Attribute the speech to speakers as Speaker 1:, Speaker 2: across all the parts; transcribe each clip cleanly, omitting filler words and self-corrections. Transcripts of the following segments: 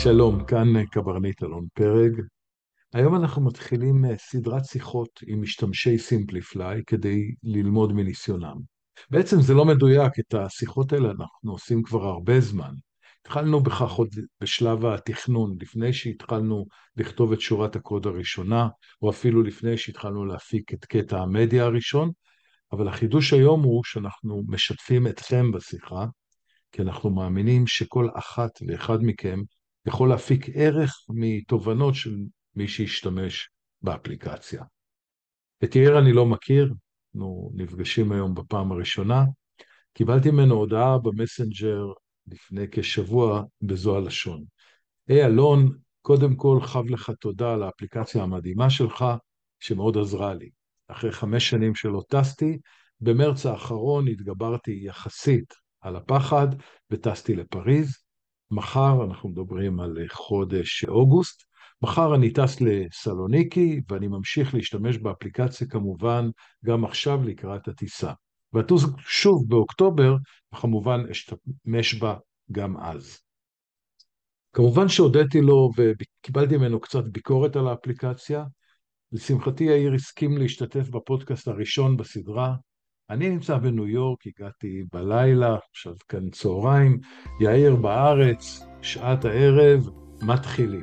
Speaker 1: שלום, כאן קברניט אלון פרג. היום אנחנו מתחילים סדרת שיחות עם משתמשי סימפליפליי כדי ללמוד מניסיונם. בעצם זה לא מדויק, את השיחות האלה אנחנו עושים כבר הרבה זמן. התחלנו בכך עוד בשלב התכנון, לפני שהתחלנו לכתוב את שורת הקוד הראשונה, או אפילו לפני שהתחלנו להפיק את קטע המדיה הראשון, אבל החידוש היום הוא שאנחנו משתפים אתכם בשיחה, כי אנחנו מאמינים שכל אחת ואחד מכם יכול להפיק ערך מתובנות של מי שישתמש באפליקציה. את יאיר אני לא מכיר, אנחנו נפגשים היום בפעם הראשונה. קיבלתי ממנו הודעה במסנג'ר לפני כשבוע בזו הלשון. היי אלון, קודם כל חב לך תודה על האפליקציה המדהימה שלך, שמאוד עזרה לי. אחרי 5 שנים שלא טסתי, במרץ האחרון התגברתי יחסית על הפחד וטסתי לפריז. מחר, אנחנו מדברים על חודש אוגוסט, מחר אני טס לסלוניקי ואני ממשיך להשתמש באפליקציה כמובן גם עכשיו לקראת הטיסה. ואטוס שוב באוקטובר, וכמובן אשתמש בה גם אז. כמובן שהודיתי לו וקיבלתי ממנו קצת ביקורת על האפליקציה. לשמחתי יאיר הסכים להשתתף בפודקאסט הראשון בסדרה. אני נמצא בניו יורק, הגעתי בלילה, עכשיו כאן צהריים, יאיר בארץ, שעת הערב, מתחילים.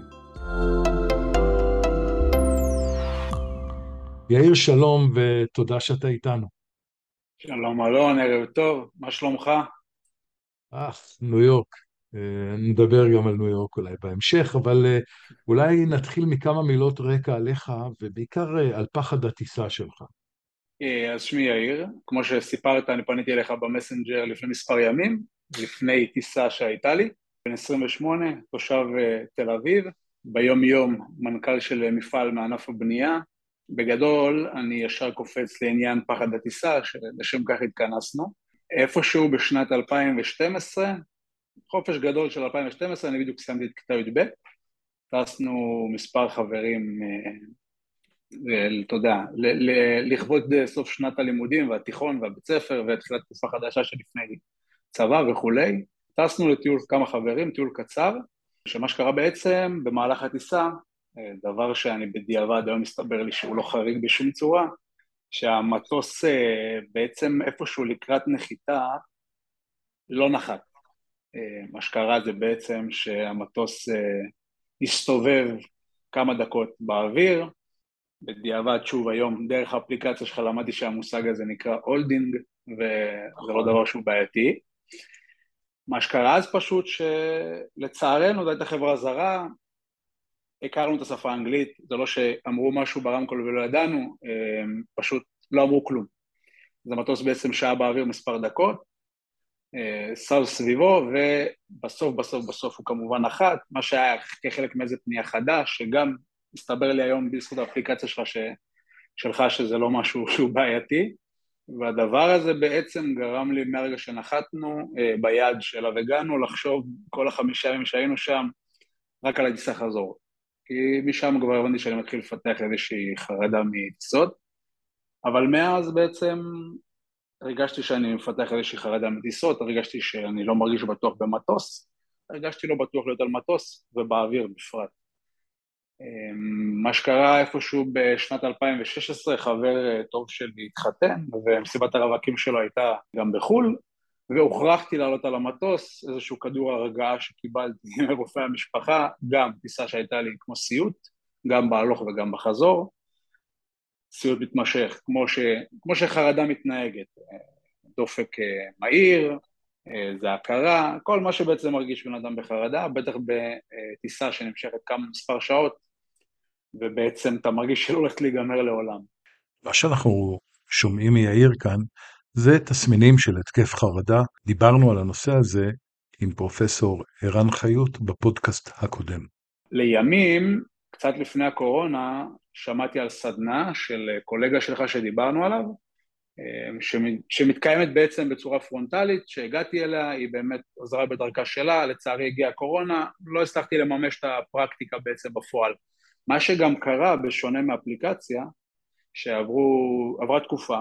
Speaker 1: יאיר שלום ותודה שאתה איתנו.
Speaker 2: שלום אלון, ערב טוב, מה שלומך?
Speaker 1: ניו יורק. נדבר גם על ניו יורק אולי בהמשך, אבל אולי נתחיל מכמה מילות רקע עליך, ובעיקר על פחד הטיסה שלך.
Speaker 2: אז שמי יאיר, כמו שסיפרת, אני פניתי אליך במסנג'ר לפני מספר ימים, לפני טיסה שהייתה לי, בן 28, תושב תל אביב, ביום יום מנכ"ל של מפעל מענף הבנייה. בגדול אני ישר קופץ לעניין פחד הטיסה, שלשם כך התכנסנו. איפשהו בשנת 2012, חופש גדול של 2012, אני בדיוק סיימתי את כיתה י"ב, טסנו מספר חברים, אתה יודע, לכבוד סוף שנת הלימודים והתיכון והבית ספר והתחילת תקופה חדשה שלפני צבא וכולי. טסנו לטיול כמה חברים, טיול קצר, שמה שקרה בעצם במהלך הטיסה, דבר שאני בדיעבד היום מסתבר לי שהוא לא חריג בשום צורה, שהמטוס בעצם איפשהו לקראת נחיתה לא נחת. מה שקרה זה בעצם שהמטוס הסתובב כמה דקות באוויר, בדיעבד שוב היום דרך האפליקציה שלך למדתי שהמושג הזה נקרא הולדינג, וזה לא דבר שהוא בעייתי. מה שקרה אז פשוט שלצערנו זו הייתה חברה זרה, הכרנו את השפה האנגלית, זה לא שאמרו משהו ברמקול ולא ידענו, פשוט לא אמרו כלום. זה מטוס בעצם שעה באוויר מספר דקות, סל סביבו, ובסוף הוא כמובן נחת, מה שהיה כחלק מאיזה פנייה חדש, שגם מסתבר לי היום בזכות האפליקציה שלך שזה לא משהו שהוא בעייתי, והדבר הזה בעצם גרם לי מהרגע שנחתנו ביעד שאליו הגענו לחשוב כל 5 ימים שהיינו שם רק על הטיסה חזור, כי משם כבר הבנתי שאני מתחיל לפתח איזושהי חרדה מטיסות, אבל מאז בעצם הרגשתי שאני מפתח איזושהי חרדה מטיסות, הרגשתי שאני לא מרגיש בטוח במטוס, הרגשתי לא בטוח להיות על מטוס ובאוויר בפרט. מה שקרה איפשהו בשנת 2016, חבר טוב שלי התחתן, ומסיבת הרווקים שלו הייתה גם בחול, והוכרחתי לעלות על המטוס, איזשהו כדור הרגעה שקיבלתי מרופא המשפחה, גם טיסה שהייתה לי כמו סיוט, גם בהלוך וגם בחזור, סיוט מתמשך, כמו שחרדה מתנהגת, דופק מהיר, זה הכרה, כל מה שבעצם מרגיש בן אדם בחרדה, בטח בטיסה שנמשכת כמה מספר שעות, ובעצם אתה מרגיש שלא הולכת להיגמר לעולם.
Speaker 1: מה שאנחנו שומעים מיאיר כאן, זה תסמינים של התקף חרדה. דיברנו על הנושא הזה עם פרופסור ערן חיות בפודקאסט הקודם.
Speaker 2: לימים, קצת לפני הקורונה, שמעתי על סדנה של קולגה שלך שדיברנו עליו, שמתקיימת בעצם בצורה פרונטלית, שהגעתי אליה, היא באמת עזרה בדרכה שלה, לצערי הגיעה הקורונה, לא הצלחתי לממש את הפרקטיקה בעצם בפועל. מה שגם קרה, בשונה מאפליקציה, שעברה תקופה,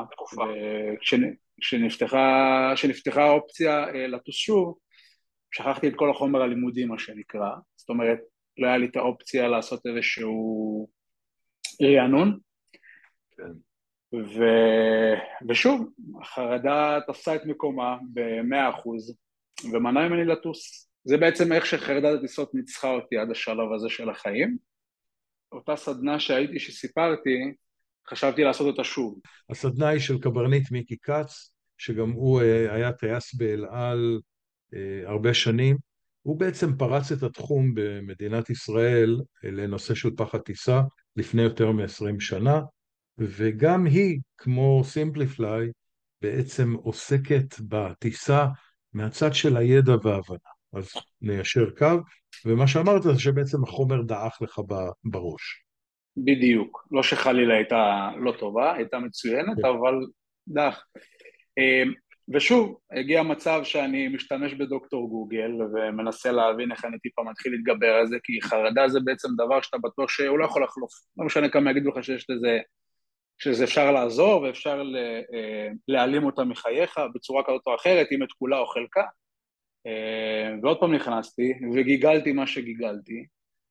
Speaker 2: כשנפתחה האופציה לטוס שוב, שכחתי את כל החומר הלימודי, מה שנקרא, זאת אומרת, לא היה לי את האופציה לעשות איזשהו רענון,
Speaker 1: כן.
Speaker 2: ו... ושוב, החרדה תפסה את מקומה ב-100%, ומנעה ממני לטוס. זה בעצם איך שחרדת הטיסות ניצחה אותי עד השלב הזה של החיים. אותה סדנה שהייתי, שסיפרתי, חשבתי לעשות אותה שוב.
Speaker 1: הסדנה היא של קברניט מיקי קץ, שגם הוא היה טייס באל על הרבה שנים. הוא בעצם פרץ את התחום במדינת ישראל לנושא של פחד טיסה לפני יותר מ-20 שנה, וגם היא, כמו סימפליפליי, בעצם עוסקת בטיסה מהצד של הידע וההבנה. אז ניישר קו, ומה שאמרת זה שבעצם החומר דעך לך בראש.
Speaker 2: בדיוק. לא שחלילה הייתה לא טובה, הייתה מצוינת,
Speaker 1: כן.
Speaker 2: אבל דח. ושוב, הגיע מצב שאני משתמש בדוקטור גוגל ומנסה להבין איך אני טיפה מתחיל להתגבר על זה, כי חרדה זה בעצם דבר שאתה בטוח שהוא לא יכול לחלוף. לא משנה כמה יגידו לך שזה אפשר לעזור ואפשר להעלים אותה מחייך בצורה כזאת או אחרת, אם את כולה או חלקה. ועוד פעם נכנסתי וגיגלתי מה שגיגלתי,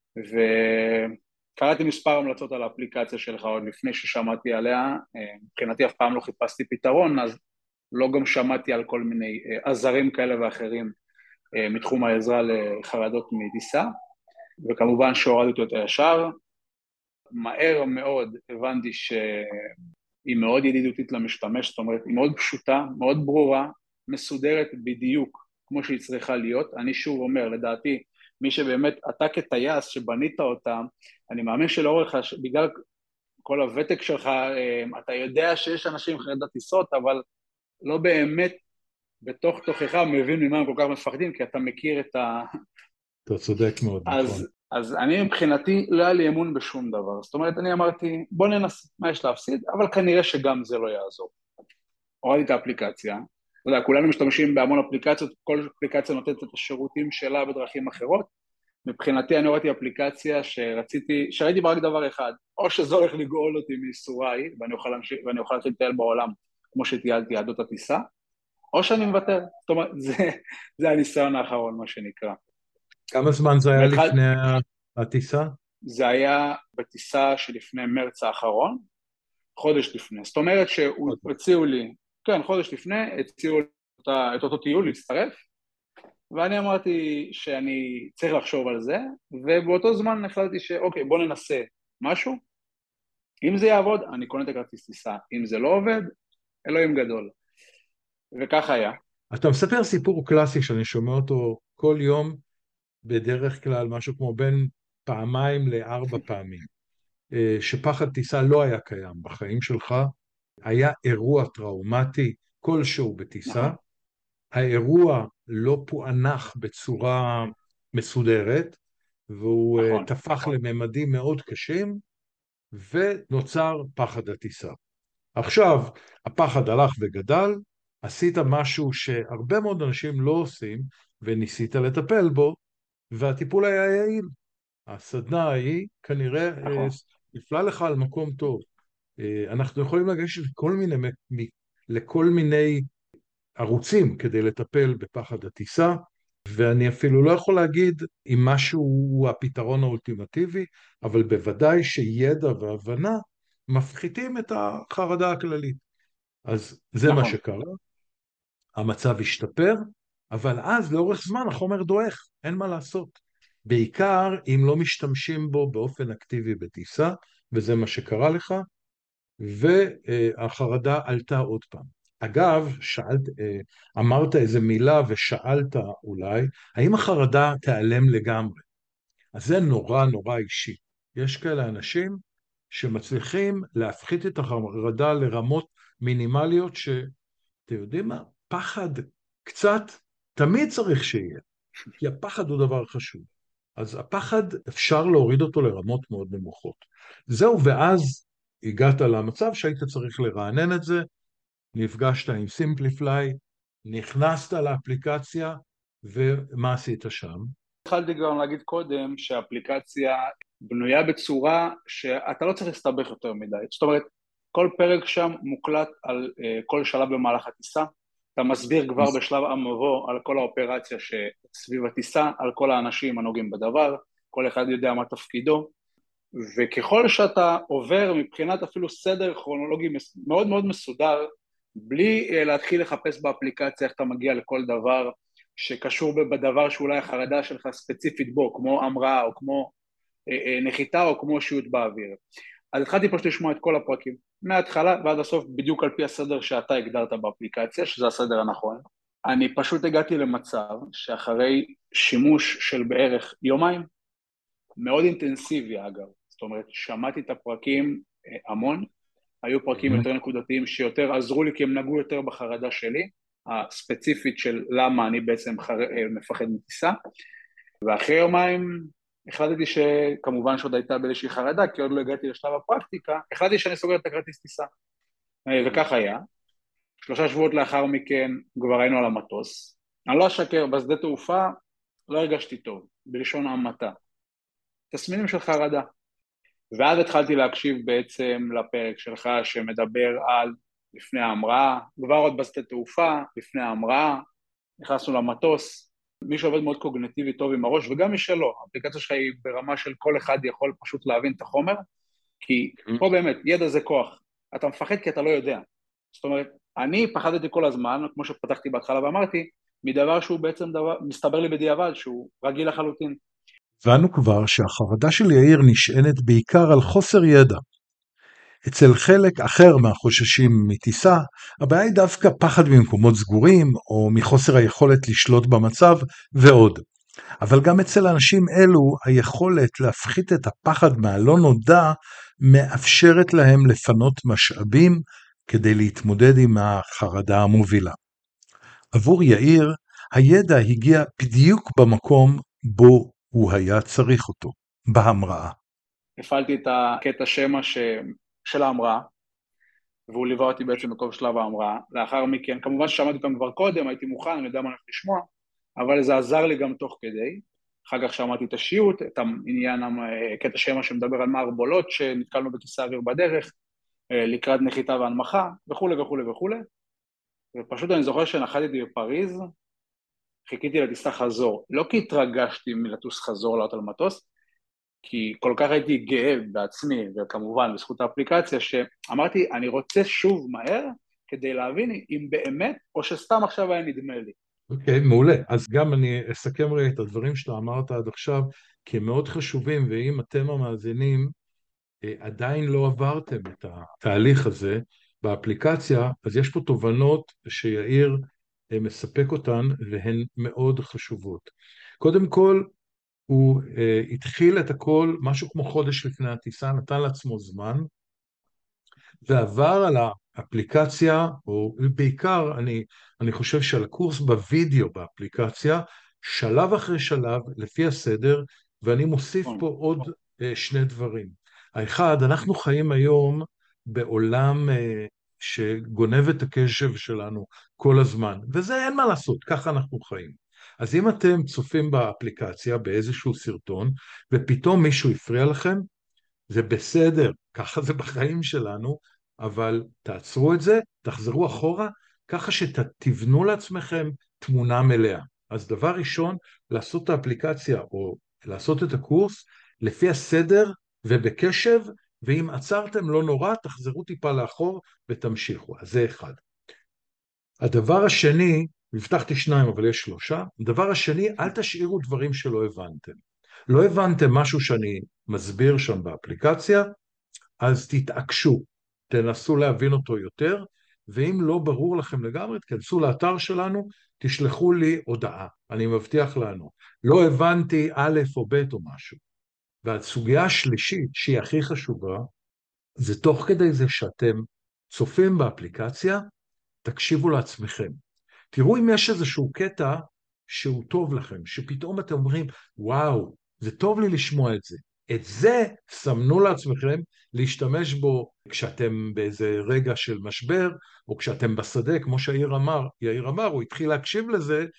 Speaker 2: וקראתי מספר המלצות על האפליקציה שלך עוד לפני ששמעתי עליה. מבחינתי אף פעם לא חיפשתי פתרון, אז לא גם שמעתי על כל מיני עזרים כאלה ואחרים מתחום העזרה לחרדות מטיסה, וכמובן שהורדתי אותה ישר. מהר מאוד הבנתי שהיא מאוד ידידותית למשתמש, זאת אומרת, היא מאוד פשוטה, מאוד ברורה, מסודרת בדיוק כמו שהיא צריכה להיות. אני שוב אומר, לדעתי, מי שבאמת, אתה כטייס שבנית אותה, אני מאמין שלאורך, בגלל כל הוותק שלך, אתה יודע שיש אנשים חרדת טיסות, אבל לא באמת בתוך תוכך מבין ממה הם כל כך מפחדים, כי אתה מכיר את ה...
Speaker 1: אתה צודק מאוד, נכון.
Speaker 2: אז אני מבחינתי לא היה לי אמון בשום דבר. זאת אומרת, אני אמרתי, בוא ננסה, מה יש להפסיד? אבל כנראה שגם זה לא יעזור. הורדתי את האפליקציה, אתה יודע, כולנו משתמשים בהמון אפליקציות, כל אפליקציה נותנת את השירותים שלה בדרכים אחרות. מבחינתי אני הורדתי אפליקציה שראיתי רק דבר אחד, או שזה הולך לגאול אותי מייסוריי, ואני אוכל לטייל בעולם כמו שטיילתי עד אותה טיסה, או שאני מוותר. זאת אומרת, זה הניסיון האחרון, מה שנקרא.
Speaker 1: כמה זמן זה היה לפני הטיסה?
Speaker 2: זה היה בטיסה שלפני מרץ האחרון, חודש לפני. זאת אומרת שהציעו לי, כן, חודש לפני, הציעו את אותו טיול להצטרף, ואני אמרתי שאני צריך לחשוב על זה, ובאותו זמן החלטתי שאוקיי, בוא ננסה משהו, אם זה יעבוד, אני קונה את הכרטיס טיסה, אם זה לא עובד, אלוהים גדול. וכך היה.
Speaker 1: אתה מספר סיפור קלאסי שאני שומע אותו כל יום, בדרך כלל משהו כמו בין 2 ל4 פעמים, שפחד טיסה לא היה קיים בחיים שלך, היה אירוע טראומטי כלשהו בטיסה,
Speaker 2: נכון.
Speaker 1: האירוע לא פוענח בצורה מסודרת, והוא
Speaker 2: נכון.
Speaker 1: תפח לממדים מאוד קשים, ונוצר פחד הטיסה. עכשיו, הפחד הלך וגדל, עשית משהו שהרבה מאוד אנשים לא עושים, וניסית לטפל בו, והטיפול היה יעיל. הסדנה ההיא כנראה
Speaker 2: נכון.
Speaker 1: נפלה לך על מקום טוב. אנחנו יכולים לגשת לכל מיני ערוצים כדי לטפל בפחד הטיסה, ואני אפילו לא יכול להגיד אם משהו הוא הפתרון האולטימטיבי, אבל בוודאי שידע והבנה מפחיתים את החרדה הכללית. אז זה מה
Speaker 2: נכון.
Speaker 1: שקרה, המצב השתפר, אבל אז לאורך זמן החומר דועך, אין מה לעשות. בעיקר אם לא משתמשים בו באופן אקטיבי בטיסה, וזה מה שקרה לך, והחרדה עלתה עוד פעם. אגב, אמרת איזה מילה ושאלת אולי, האם החרדה תיעלם לגמרי? אז זה נורא נורא אישי. יש כאלה אנשים שמצליחים להפחית את החרדה לרמות מינימליות שאתם יודעים מה? פחד קצת תמיד צריך שיהיה, כי הפחד הוא דבר חשוב. אז הפחד אפשר להוריד אותו לרמות מאוד נמוכות. זהו, ואז הגעת למצב שהיית צריך לרענן את זה, נפגשת עם סימפליפליי, נכנסת לאפליקציה, ומה עשית שם?
Speaker 2: התחלתי גם להגיד קודם שהאפליקציה בנויה בצורה שאתה לא צריך להסתבך יותר מדי. זאת אומרת, כל פרק שם מוקלט על כל שלב במהלך הטיסה, אתה מסביר כבר בשלב המבוא על כל האופרציה שסביב הטיסה, על כל האנשים הנוגעים בדבר, כל אחד יודע מה תפקידו, וככל שאתה עובר מבחינת אפילו סדר כרונולוגי מאוד מאוד מסודר, בלי להתחיל לחפש באפליקציה איך אתה מגיע לכל דבר שקשור בדבר שאולי החרדה שלך ספציפית בו, כמו המראה או כמו נחיתה או כמו שהות באוויר. אז התחלתי פשוט לשמוע את כל הפרקים, מההתחלה ועד הסוף, בדיוק על פי הסדר שאתה הגדרת באפליקציה, שזה הסדר הנכון. אני פשוט הגעתי למצב שאחרי שימוש של בערך יומיים, מאוד אינטנסיבי אגב, זאת אומרת, שמעתי את הפרקים המון, היו פרקים יותר נקודתיים שיותר עזרו לי כי הם נגעו יותר בחרדה שלי, הספציפית של למה אני בעצם מפחד מטיסה, ואחרי יומיים החלטתי שכמובן שעוד הייתה באיזושהי חרדה, כי עוד לא הגעתי לשלב הפרקטיקה, החלטתי שאני סוגר את הכרטיס טיסה, וכך היה. 3 שבועות לאחר מכן כבר היינו על המטוס, אני לא אשקר, בשדה תעופה לא הרגשתי טוב, בלשון המעטה, תסמינים של חרדה. ואז התחלתי להקשיב בעצם לפרק שלך שמדבר על לפני ההמראה, כבר עוד בשדה תעופה, לפני ההמראה, נכנסנו למטוס, מי שעובד מאוד קוגניטיבי טוב עם הראש, וגם מי שלא, האפליקציה שלך היא ברמה של כל אחד יכול פשוט להבין את החומר, כי פה באמת, ידע זה כוח, אתה מפחד כי אתה לא יודע. זאת אומרת, אני פחדתי כל הזמן, כמו שפתחתי בהתחלה ואמרתי, מדבר שהוא בעצם דבר, מסתבר לי בדיעבד, שהוא רגיל לחלוטין.
Speaker 1: הבנו כבר שהחרדה של יאיר נשענת בעיקר על חוסר ידע. אצל חלק אחר מהחוששים מטיסה, הבעיה היא דווקא פחד ממקומות סגורים, או מחוסר היכולת לשלוט במצב, ועוד. אבל גם אצל אנשים אלו, היכולת להפחית את הפחד מהלא נודע, מאפשרת להם לפנות משאבים, כדי להתמודד עם החרדה המובילה. עבור יאיר, הידע הגיע בדיוק במקום בו הוא היה צריך אותו, בהמראה.
Speaker 2: הפעלתי את הקטע שמע של ההמראה, והוא ליווה אותי בעצם בכל שלב ההמראה. לאחר מכן, כמובן ששמעתי אותם כבר קודם, הייתי מוכן, אני יודע מה אני הולך לשמוע, אבל זה עזר לי גם תוך כדי. אחר כך שמעתי את השיעוט, את העניין, קטע שמע שמדבר על מערבולות שנתקלנו בכיסא אוויר בדרך, לקראת נחיתה והנמכה, וכו' וכו' וכו'. ופשוט אני זוכר שנחתתי בפריז, חיכיתי לטיסה חזור, לא כי התרגשתי מלטוס חזור לעלות על מטוס, כי כל כך הייתי גאה בעצמי, וכמובן בזכות האפליקציה, שאמרתי, אני רוצה שוב מהר, כדי להבין אם באמת, או שסתם עכשיו היה נדמה לי.
Speaker 1: אוקיי, מעולה. אז גם אני אסכם רגע את הדברים שאתה אמרת עד עכשיו, כי הם מאוד חשובים, ואם אתם המאזינים עדיין לא עברתם את התהליך הזה באפליקציה, אז יש פה תובנות שיאיר מספק אותן, והן מאוד חשובות. קודם כל, הוא התחיל את הכל משהו כמו חודש לפני הטיסה, נתן לעצמו זמן, ועבר על האפליקציה, או בעיקר אני חושב שעל הקורס בווידאו באפליקציה, שלב אחרי שלב, לפי הסדר, ואני מוסיף פה עוד 2 דברים. האחד, אנחנו חיים היום בעולם שגונב את הקשב שלנו כל הזמן, וזה אין מה לעשות, ככה אנחנו חיים. אז אם אתם צופים באפליקציה באיזשהו סרטון, ופתאום מישהו הפריע לכם, זה בסדר, ככה זה בחיים שלנו, אבל תעצרו את זה, תחזרו אחורה, ככה שתבנו לעצמכם תמונה מלאה. אז דבר ראשון, לעשות את האפליקציה או לעשות את הקורס לפי הסדר ובקשב, ואם עצרתם לא נורא, תחזרו טיפה לאחור ותמשיכו. אז זה אחד. הדבר השני, הבטחתי 2 אבל יש 3, הדבר השני, אל תשאירו דברים שלא הבנתם. לא הבנתם משהו שאני מסביר שם באפליקציה, אז תתעקשו, תנסו להבין אותו יותר, ואם לא ברור לכם לגמרי, תכנסו לאתר שלנו, תשלחו לי הודעה, אני מבטיח לנו. לא הבנתי א' או ב' או משהו. והסוגיה השלישית, שהיא הכי חשובה, זה תוך כדי זה שאתם צופים באפליקציה, תקשיבו לעצמכם. תראו אם יש איזשהו קטע שהוא טוב לכם, שפתאום אתם אומרים, וואו, זה טוב לי לשמוע את זה. את זה סמנו לעצמכם להשתמש בו כשאתם באיזה רגע של משבר, או כשאתם בשדה, כמו שיאיר אמר, הוא התחיל להקשיב לזה,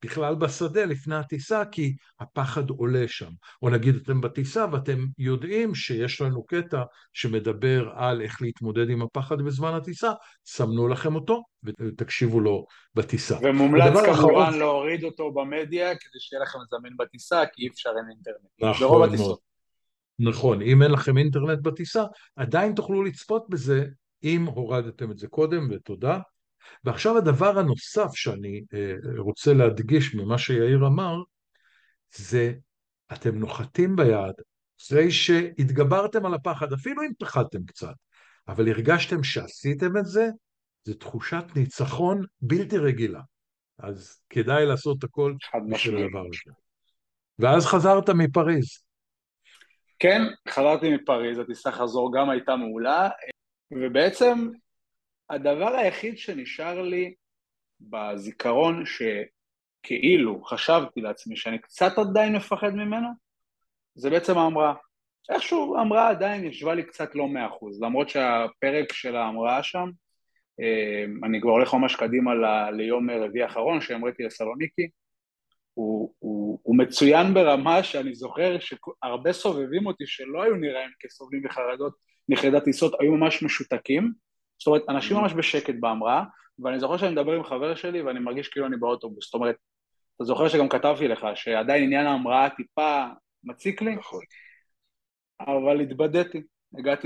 Speaker 1: בכלל בשדה לפני הטיסה, כי הפחד עולה שם. או נגיד אתם בטיסה ואתם יודעים שיש לנו קטע שמדבר על איך להתמודד עם הפחד בזמן הטיסה, סמנו לכם אותו ותקשיבו לו בטיסה.
Speaker 2: ומומלץ
Speaker 1: ודבר אחרון,
Speaker 2: כמובן להוריד אותו במדיה, כדי שיהיה לכם זמין בטיסה, כי אי אפשר אין אינטרנט. ברוב
Speaker 1: נכון מאוד,
Speaker 2: הטיסות.
Speaker 1: נכון, אם אין לכם אינטרנט בטיסה, עדיין תוכלו לצפות בזה אם הורדתם את זה קודם, ותודה. ועכשיו הדבר הנוסף שאני רוצה להדגיש ממה שיאיר אמר, זה אתם נוחתים ביעד, אחרי שהתגברתם על הפחד, אפילו אם פחדתם קצת, אבל הרגשתם שעשיתם את זה, זה תחושת ניצחון בלתי רגילה. אז כדאי לעשות הכל
Speaker 2: חד
Speaker 1: בשביל
Speaker 2: משמעית.
Speaker 1: הדבר הזה. ואז חזרת מפריז.
Speaker 2: כן, חזרתי מפריז, הטיסה חזור גם הייתה מעולה, ובעצם הדבר היחיד שנשאר לי בזיכרון שכאילו חשבתי לעצמי שאני קצת עדיין מפחד ממנו, זה בעצם ההמראה. איכשהו ההמראה עדיין ישבה לי קצת לא 100%, למרות שהפרק של ההמראה שם, אני כבר הולך ממש קדימה ליום רביעי האחרון שהמראתי לסלוניקי, הוא מצוין ברמה שאני זוכר שהרבה סובבים אותי שלא היו נראים כסובלים מחרדות מחרדת טיסות, היו ממש משותקים, זאת אומרת, אנשים ממש בשקט בהמראה, ואני זוכר שאני מדבר עם חבר שלי ואני מרגיש כאילו אני באוטובוס, זאת אומרת, אתה זוכר שגם כתבתי לך שעדיין עניין ההמראה טיפה מציק לי,
Speaker 1: נכון.
Speaker 2: אבל התבדיתי, הגעתי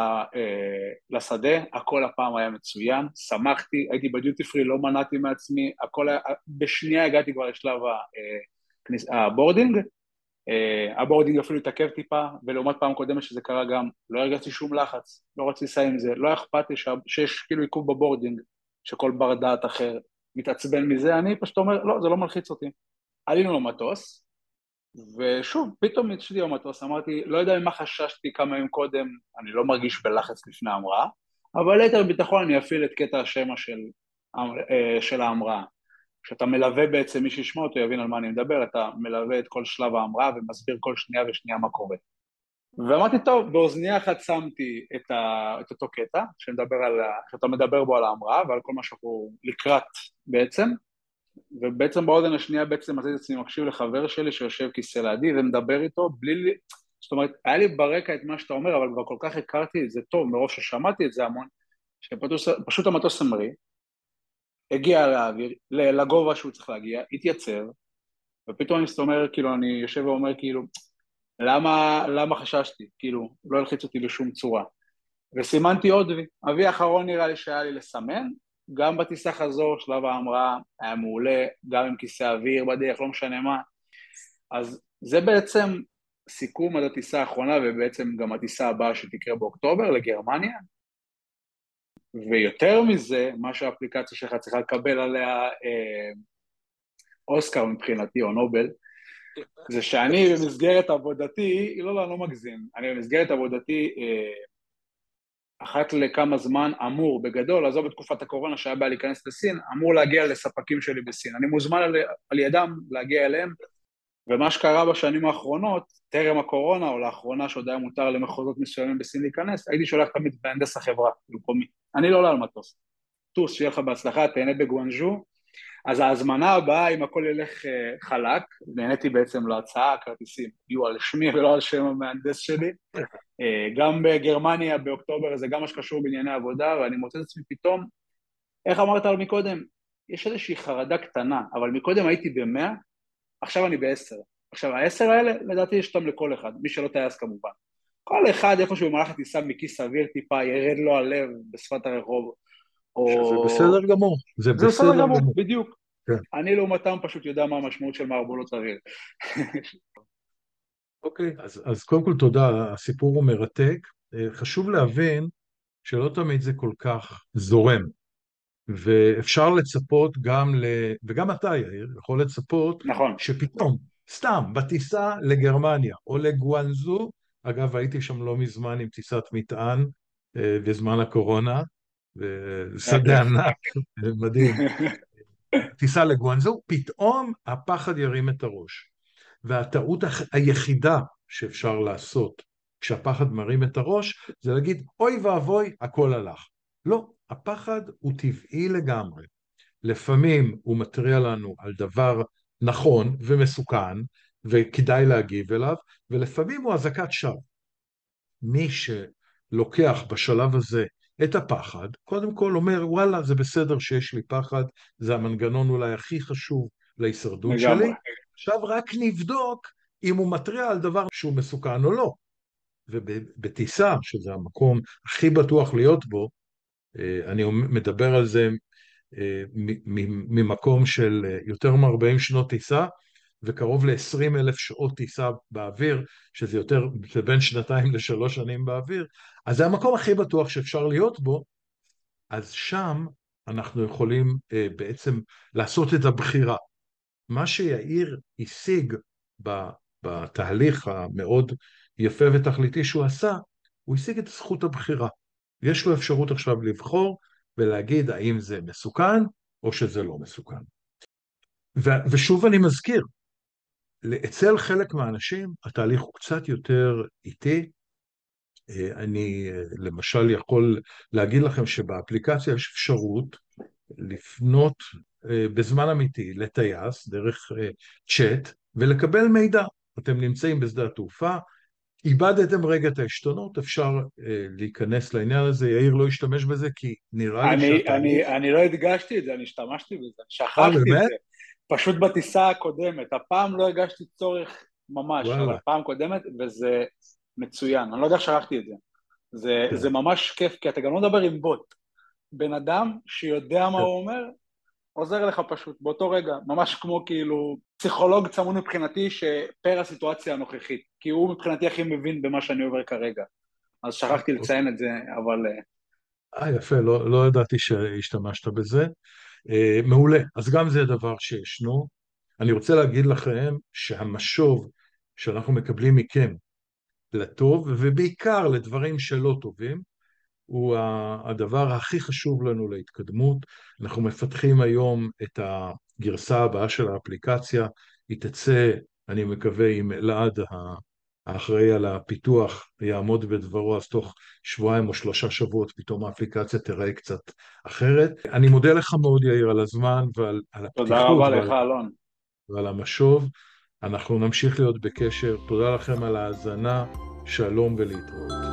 Speaker 2: לשדה, הכל הפעם היה מצוין, שמחתי, הייתי בדיוטי פרי, לא מנעתי מעצמי, הכל היה, בשנייה הגעתי כבר לשלב הבורדינג, הבורדינג אפילו התעכב טיפה, ולעומת פעם קודמת שזה קרה גם, לא הרגשתי שום לחץ, לא רציתי לסיים עם זה, לא אכפת לי שיש כאילו עיכוב בבורדינג, שכל בר דעת אחר מתעצבן מזה, אני פשוט אומר, לא, זה לא מלחיץ אותי. עלינו למטוס, ושוב, פתאום יצאתי במטוס, אמרתי, לא יודע ממה חששתי כמה ימים קודם, אני לא מרגיש בלחץ לפני ההמראה, אבל ליתר ביטחון אני אפעיל את קטע השמע של ההמראה. כשאתה מלווה בעצם, מי שישמע אותו יבין על מה אני מדבר, אתה מלווה את כל שלב ההמראה ומסביר כל שנייה ושנייה מה קורה. ואמרתי, טוב, באוזנייה אחת שמתי את אותו קטע, שאתה מדבר בו על ההמראה ועל כל מה שאנחנו לקראת בעצם, ובעצם באוזן השנייה בעצם עשיתי את עצמי מקשיב לחבר שלי שיושב כיסא לידי ומדבר איתו בלי, זאת אומרת, היה לי ברקע את מה שאתה אומר, אבל כבר כל כך הכרתי את זה טוב, מרוב ששמעתי את זה המון, שפשוט המטוס המריא, הגיע לאוויר, לגובה שהוא צריך להגיע, התייצב, ופתאום אני אומר, כאילו, אני יושב ואומר, כאילו, למה חששתי? כאילו, לא הלחיץ אותי בשום צורה. וסימנתי עוד וי. אבי האחרון נראה לי שהיה לי לסמן, גם בטיסה חזור, שלב ההמראה היה מעולה, גם עם כיסא אוויר בדרך, לא משנה מה. אז זה בעצם סיכום עד הטיסה האחרונה, ובעצם גם הטיסה הבאה שתקרה באוקטובר לגרמניה. ויותר מזה, מה שהאפליקציה שלך צריכה לקבל עליה אוסקר מבחינתי, או נובל, זה שאני במסגרת עבודתי, לא מגזים, אני במסגרת עבודתי, אחת לכמה זמן אמור, בגדול, עזוב בתקופת הקורונה שהיה בא להיכנס לסין, אמור להגיע לספקים שלי בסין. אני מוזמן על ידם להגיע אליהם, ומה שקרה בשנים האחרונות, טרם הקורונה, או לאחרונה שעוד היה מותר למחוזות מסוימים בסין להיכנס, הייתי שולח תמיד מהנדס החברה, במקומי. אני לא עולה על מטוס. טוס, שיהיה לך בהצלחה, תהנה בגואנז'ו. אז ההזמנה הבאה, אם הכל ילך חלק, נהניתי בעצם להצעה, הכרטיסים יהיו על שמי ולא על שם המהנדס שלי. גם בגרמניה באוקטובר זה גם מה שקשור בענייני עבודה, ואני מוצא את עצמי פתאום, איך אמרת על מקודם? יש איזושהי חרדה קטנה, אבל מקודם הייתי ב100, עכשיו אני ב10. עכשיו ה10 האלה, לדעתי יש אותם לכל אחד, מי שלא טייס כמובן. כל אחד איפשהו במהלך הטיסה מכיס אוויר טיפה, ירד לו הלב בשפת הרחוב,
Speaker 1: שזה
Speaker 2: או...
Speaker 1: בסדר גמור, זה
Speaker 2: זה בסדר
Speaker 1: בסדר
Speaker 2: גמור,
Speaker 1: גמור.
Speaker 2: בדיוק.
Speaker 1: כן.
Speaker 2: אני לעומתם פשוט יודע מה המשמעות של מערבולות אוויר.
Speaker 1: אוקיי, אז קודם כל תודה, הסיפור הוא מרתק. חשוב להבין שלא תמיד זה כל כך זורם, ואפשר לצפות גם וגם אתה, יאיר, יכול לצפות
Speaker 2: נכון.
Speaker 1: שפתאום, סתם, בטיסה לגרמניה או לגואנזו, אגב, הייתי שם לא מזמן עם טיסת מטען בזמן הקורונה,
Speaker 2: היה
Speaker 1: ושדה
Speaker 2: כיף.
Speaker 1: ענק, מדהים, טיסה לגואנזו, פתאום הפחד ירים את הראש. והטעות היחידה שאפשר לעשות כשהפחד מרים את הראש, זה להגיד, אוי ואבוי, הכל הלך. לא, הפחד הוא טבעי לגמרי. לפעמים הוא מטריע לנו על דבר נכון ומסוכן, וכדאי להגיב אליו, ולפעמים הוא אזעקת שווא. מי שלוקח בשלב הזה את הפחד, קודם כל אומר, וואלה, זה בסדר שיש לי פחד, זה המנגנון אולי הכי חשוב להישרדות
Speaker 2: לגמרי.
Speaker 1: שלי, עכשיו רק נבדוק אם הוא מתריע על דבר שהוא מסוכן או לא. ובטיסה, שזה המקום הכי בטוח להיות בו, אני מדבר על זה ממקום של יותר מ-40 שנות טיסה, וקרוב ל-20 אלף שעות טיסה באוויר, שזה יותר, זה בין 2 ל3 שנים באוויר, אז זה המקום הכי בטוח שאפשר להיות בו, אז שם אנחנו יכולים בעצם לעשות את הבחירה. מה שיאיר השיג בתהליך המאוד יפה ותכליתי שהוא עשה, הוא השיג את זכות הבחירה. יש לו אפשרות עכשיו לבחור ולהגיד האם זה מסוכן או שזה לא מסוכן. ושוב אני מזכיר, אצל חלק מהאנשים התהליך הוא קצת יותר איטי. אני למשל יכול להגיד לכם שבאפליקציה יש אפשרות לפנות בזמן אמיתי לטייס דרך צ'אט ולקבל מידע. אתם נמצאים בשדה התעופה, איבדתם רגע את העשתונות, אפשר להיכנס לעניין הזה. יאיר לא השתמש בזה כי נראה לי שהתהליך...
Speaker 2: אני לא הדגשתי את זה, אני השתמשתי בזה, שכחתי את
Speaker 1: באמת?
Speaker 2: זה. פשוט בטיסה הקודמת, הפעם לא הרגשתי צורך ממש, אבל
Speaker 1: וואלה,
Speaker 2: פעם קודמת, וזה מצוין. אני לא יודע איך שכחתי את זה. זה
Speaker 1: כן.
Speaker 2: ממש כיף, כי אתה גם לא מדבר עם בוט. בן אדם שיודע מה הוא אומר, עוזר לך פשוט, באותו רגע, ממש כמו כאילו פסיכולוג צמוד מבחינתי שפר הסיטואציה הנוכחית, כי הוא מבחינתי הכי מבין במה שאני עובר כרגע. אז שכחתי לציין את זה, אבל...
Speaker 1: יפה, לא ידעתי שהשתמשת בזה. מעולה, אז גם זה דבר שישנו. אני רוצה להגיד לכם שהמשוב שאנחנו מקבלים מכם לטוב, ובעיקר לדברים שלא טובים, הוא הדבר הכי חשוב לנו להתקדמות. אנחנו מפתחים היום את הגרסה הבאה של האפליקציה, היא תצא, אני מקווה, עם אלעד האחראי על הפיתוח יעמוד בדברו, אז תוך 2 או 3 שבועות פתאום האפליקציה תראה קצת אחרת. אני מודה לך מאוד יאיר על הזמן ועל
Speaker 2: תודה
Speaker 1: הפתיחות
Speaker 2: רבה לך, אלון.
Speaker 1: ועל המשוב. אנחנו נמשיך להיות בקשר. תודה לכם על ההאזנה, שלום ולהתראות.